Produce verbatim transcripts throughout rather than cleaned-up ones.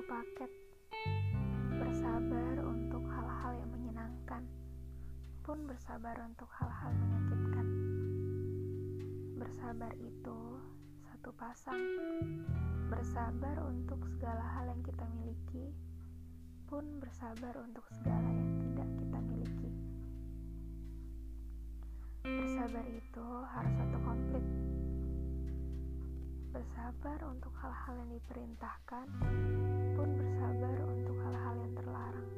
paket. Bersabar untuk hal-hal yang menyenangkan, pun bersabar untuk hal-hal menyakitkan. Bersabar itu satu pasang. Bersabar untuk segala hal yang kita miliki, pun bersabar untuk segala yang tidak kita miliki. Bersabar itu harus satu komplit. Bersabar untuk hal-hal yang diperintahkan, pun bersabar untuk hal-hal yang terlarang.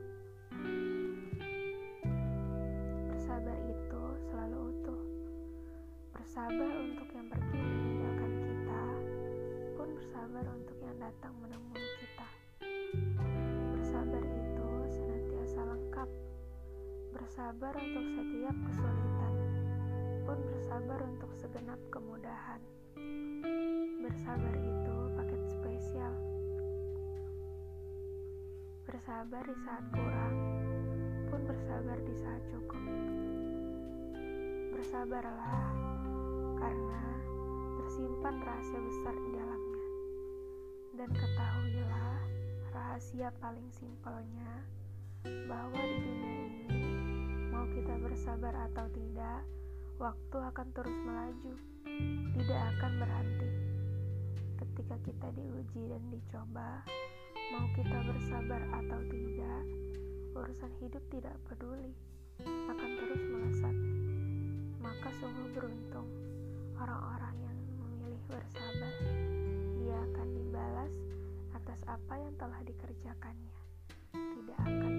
Bersabar itu selalu utuh. Bersabar untuk yang pergi meninggalkan kita, pun bersabar untuk yang datang menemui kita. Bersabar itu senantiasa lengkap. Bersabar untuk setiap kesulitan, pun bersabar untuk segenap kemudahan. Bersabar itu paket spesial. Bersabar di saat kurang, pun bersabar di saat cukup. Bersabarlah, karena tersimpan rahasia besar di dalamnya. Dan ketahuilah rahasia paling simpelnya, bahwa di dunia ini, mau kita bersabar atau tidak, waktu akan terus melaju, tidak akan berhenti. Ketika kita diuji dan dicoba, mau kita bersabar atau tidak, urusan hidup tidak peduli, akan terus melesat. Maka sungguh beruntung orang-orang yang memilih bersabar. Dia akan dibalas atas apa yang telah dikerjakannya, tidak akan